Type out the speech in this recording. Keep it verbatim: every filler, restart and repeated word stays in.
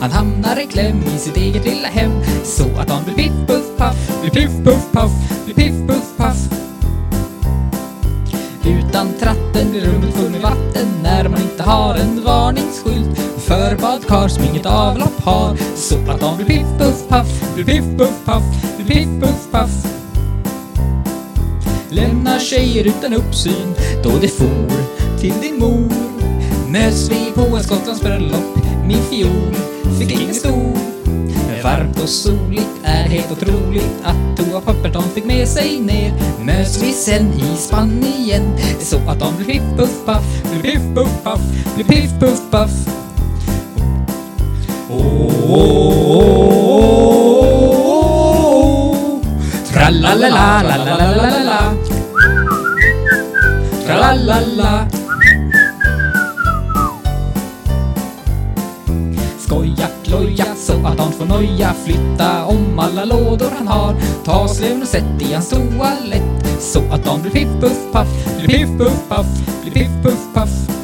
Han hamnar i kläm i sitt eget lilla hem, så att han blir piff puff paff, blir piff puff paff, blir piff puff paff. Utan tratten blir rummet full med vatten när man inte har en varningsskylt för badkar som inget avlopp har, så att de blir piff puff paff, blir piff puff paff, blir piff puff paff. Lämnar tjejer utan uppsyn då det for till din mor. Möts vi på en Skottlands bröllop, min fiol fick ingen stol. Varmt och soligt är helt otroligt att toapapper de fick med sig ner. Möts vi sen i Spanien så att de blir piff puff paff, blir piff puff paff, blir piff puff paff. Oh, oh, oh, tralalalalalalala, tralalala. Skoja, kloja, så att han får noja. Flytta om alla lådor han har. Ta sleven och sätt i hans toalett, så att de blir piff puff paff, blir piff puff paff, blir piff puff paff.